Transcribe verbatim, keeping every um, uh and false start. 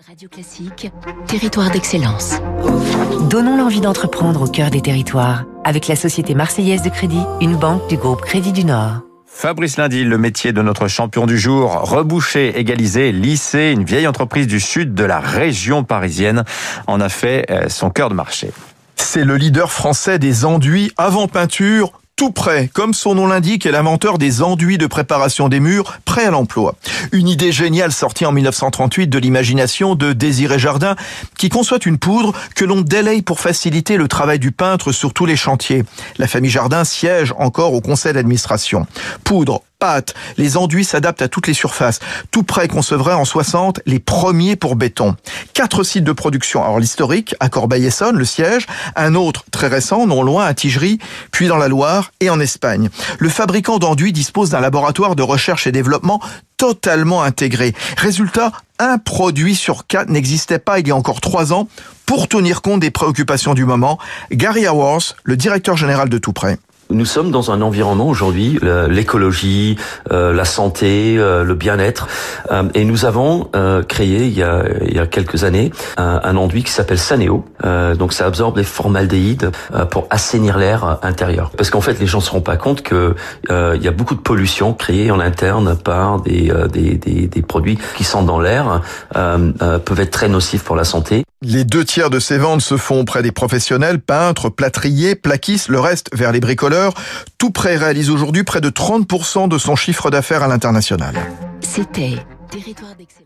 Radio Classique, territoire d'excellence. Donnons l'envie d'entreprendre au cœur des territoires avec la Société Marseillaise de Crédit, une banque du groupe Crédit du Nord. Fabrice Lundy, le métier de notre champion du jour, reboucher, égaliser, lisser, une vieille entreprise du sud de la région parisienne en a fait son cœur de marché. C'est le leader français des enduits avant peinture, tout prêt. Comme son nom l'indique, est l'inventeur des enduits de préparation des murs, prêts à l'emploi. Une idée géniale sortie en mille neuf cent trente-huit de l'imagination de Désiré Jardin, qui conçoit une poudre que l'on délaye pour faciliter le travail du peintre sur tous les chantiers. La famille Jardin siège encore au conseil d'administration. Poudre, pâte, les enduits s'adaptent à toutes les surfaces. Tout prêt concevrait en soixante les premiers pour béton. Quatre sites de production. Alors l'historique, à Corbeil-Essonnes, le siège. Un autre, très récent, non loin, à Tigerie, puis dans la Loire et en Espagne. Le fabricant d'enduits dispose d'un laboratoire de recherche et développement totalement intégré. Résultat, un produit sur quatre n'existait pas il y a encore trois ans pour tenir compte des préoccupations du moment. Gary Haworth, le directeur général de Toupret. Nous sommes dans un environnement aujourd'hui, l'écologie, euh, la santé, euh, le bien-être, euh, et nous avons euh, créé il y a, il y a quelques années un, un enduit qui s'appelle Sanéo. Euh, donc ça absorbe les formaldéhydes euh, pour assainir l'air intérieur. Parce qu'en fait, les gens ne se rendent pas compte que euh, il y a beaucoup de pollution créée en interne par des euh, des, des, des produits qui sont dans l'air, euh, euh, peuvent être très nocifs pour la santé. Les deux tiers de ces ventes se font auprès des professionnels, peintres, plâtriers, plaquistes, le reste vers les bricoleurs. Toupret réalise aujourd'hui près de trente pour cent de son chiffre d'affaires à l'international. C'était Territoire d'excellence.